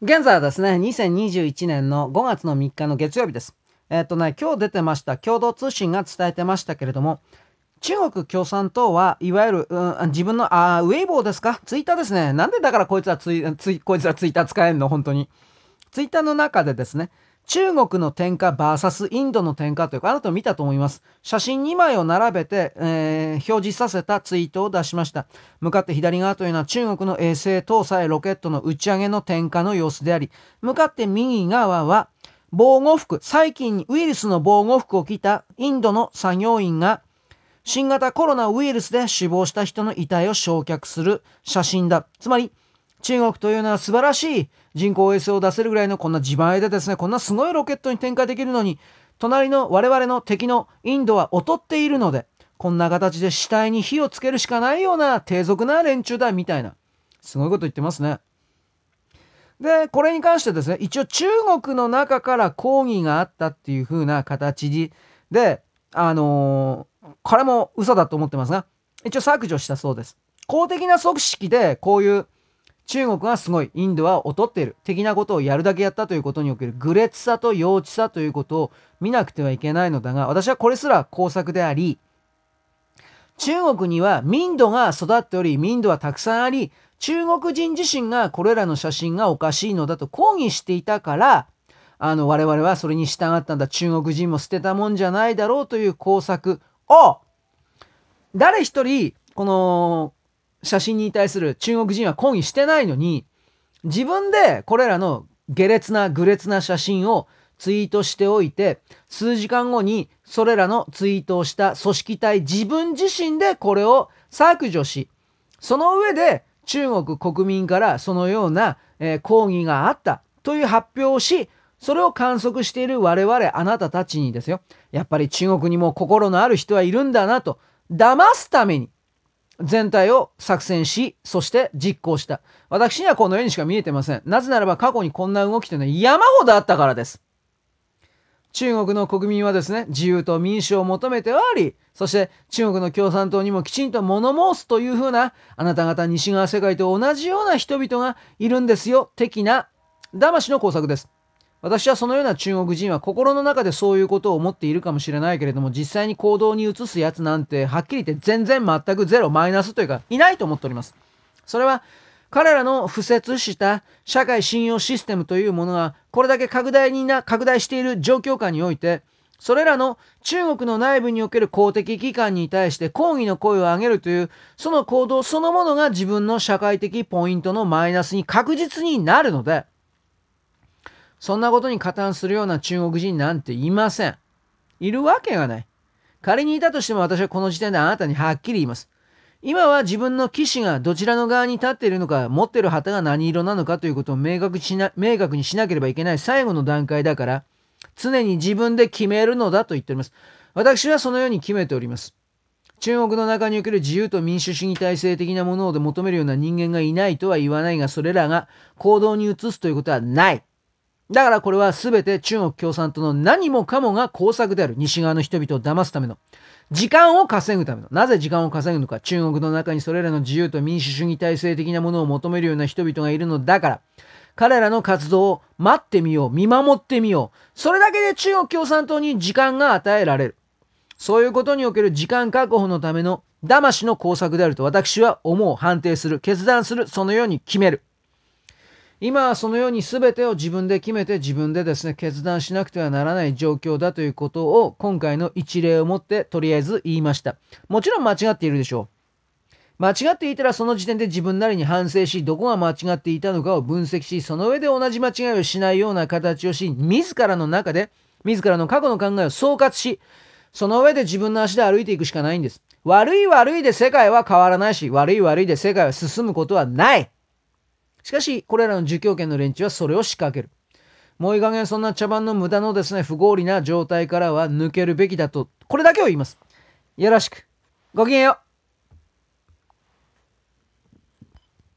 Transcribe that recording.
現在はですね、2021年の5月の3日の月曜日です。今日出てました共同通信が伝えてましたけれども、中国共産党はいわゆる、自分の、ウェイボーですかツイッターですね。なんでだからこいつらこいつらツイッター使えんの本当に。ツイッターの中でですね、中国の天下 VS インドの天下というか、あなたも見たと思います。写真2枚を並べて、表示させたツイートを出しました。向かって左側というのは中国の衛星搭載ロケットの打ち上げの点火の様子であり、向かって右側は防護服、最近ウイルスの防護服を着たインドの作業員が新型コロナウイルスで死亡した人の遺体を焼却する写真だ。つまり、中国というのは素晴らしい人工衛星を出せるぐらいのこんな自前でですね、こんなすごいロケットに展開できるのに、隣の我々の敵のインドは劣っているので、こんな形で死体に火をつけるしかないような低俗な連中だみたいな、すごいこと言ってますね。で、これに関してですね、一応中国の中から抗議があったっていう風な形で、これも嘘だと思ってますが、一応削除したそうです。公的な組織でこういう中国がすごい、インドは劣っている、的なことをやるだけやったということにおける愚劣さと幼稚さということを見なくてはいけないのだが、私はこれすら工作であり、中国には民度が育っており、民度はたくさんあり、中国人自身がこれらの写真がおかしいのだと抗議していたから、我々はそれに従ったんだ。中国人も捨てたもんじゃないだろうという工作を、誰一人、この写真に対する中国人は抗議してないのに、自分でこれらの下劣な愚劣な写真をツイートしておいて、数時間後にそれらのツイートをした組織体自分自身でこれを削除し、その上で中国国民からそのような、抗議があったという発表をし、それを観測している我々あなたたちにですよ、やっぱり中国にも心のある人はいるんだなと、騙すために全体を作戦し、そして実行した。私にはこのようにしか見えてません。なぜならば過去にこんな動きというのは山ほどあったからです。中国の国民はですね、自由と民主を求めており、そして中国の共産党にもきちんと物申すというふうな、あなた方西側世界と同じような人々がいるんですよ、的な騙しの工作です。私はそのような中国人は心の中でそういうことを思っているかもしれないけれども、実際に行動に移すやつなんて、はっきり言って全然全くゼロ、マイナスというか、いないと思っております。それは、彼らの敷設した社会信用システムというものが、これだけ拡大している状況下において、それらの中国の内部における公的機関に対して抗議の声を上げるという、その行動そのものが自分の社会的ポイントのマイナスに確実になるので、そんなことに加担するような中国人なんていません。いるわけがない。仮にいたとしても私はこの時点であなたにはっきり言います。今は自分の騎士がどちらの側に立っているのか、持っている旗が何色なのかということを明確にしなければいけない最後の段階だから、常に自分で決めるのだと言っております。私はそのように決めております。中国の中における自由と民主主義体制的なものを求めるような人間がいないとは言わないが、それらが行動に移すということはない。だからこれは全て中国共産党の何もかもが工作である。西側の人々を騙すための。時間を稼ぐための。なぜ時間を稼ぐのか。中国の中にそれらの自由と民主主義体制的なものを求めるような人々がいるのだから。彼らの活動を待ってみよう。見守ってみよう。それだけで中国共産党に時間が与えられる。そういうことにおける時間確保のための騙しの工作であると私は思う、判定する、決断する、そのように決める。今はそのように全てを自分で決めて自分でですね、決断しなくてはならない状況だということを今回の一例をもってとりあえず言いました。もちろん間違っているでしょう。間違っていたらその時点で自分なりに反省し、どこが間違っていたのかを分析し、その上で同じ間違いをしないような形をし、自らの中で、自らの過去の考えを総括し、その上で自分の足で歩いていくしかないんです。悪い悪いで世界は変わらないし、悪い悪いで世界は進むことはない。しかし、これらの儒教圏の連中はそれを仕掛ける。もういい加減そんな茶番の無駄のですね、不合理な状態からは抜けるべきだと、これだけを言います。よろしく。ごきげんよう。